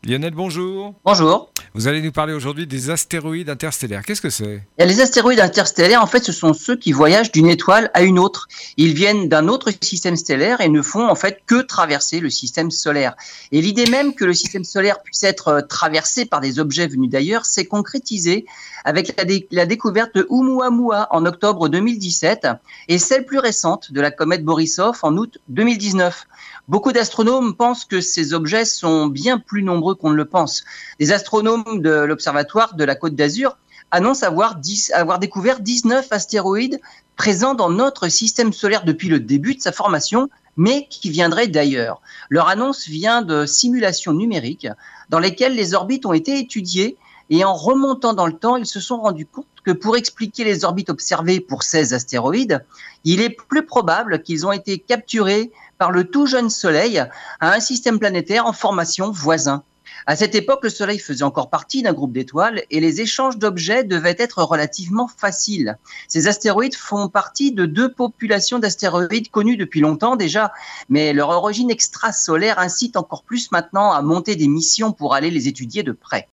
Lionel, bonjour. Bonjour. Vous allez nous parler aujourd'hui des astéroïdes interstellaires. Qu'est-ce que c'est? Et les astéroïdes interstellaires, en fait, ce sont ceux qui voyagent d'une étoile à une autre. Ils viennent d'un autre système stellaire et ne font en fait que traverser le système solaire. Et l'idée même que le système solaire puisse être traversé par des objets venus d'ailleurs s'est concrétisée avec la découverte de Oumuamua en octobre 2017 et celle plus récente de la comète Borisov en août 2019. Beaucoup d'astronomes pensent que ces objets sont bien plus nombreux qu'on ne le pense. Des astronomes de l'Observatoire de la Côte d'Azur annoncent avoir découvert 19 astéroïdes présents dans notre système solaire depuis le début de sa formation, mais qui viendraient d'ailleurs. Leur annonce vient de simulations numériques dans lesquelles les orbites ont été étudiées et en remontant dans le temps, ils se sont rendus compte que pour expliquer les orbites observées pour ces astéroïdes, il est plus probable qu'ils ont été capturés par le tout jeune Soleil à un système planétaire en formation voisin. À cette époque, le Soleil faisait encore partie d'un groupe d'étoiles et les échanges d'objets devaient être relativement faciles. Ces astéroïdes font partie de deux populations d'astéroïdes connues depuis longtemps déjà, mais leur origine extrasolaire incite encore plus maintenant à monter des missions pour aller les étudier de près.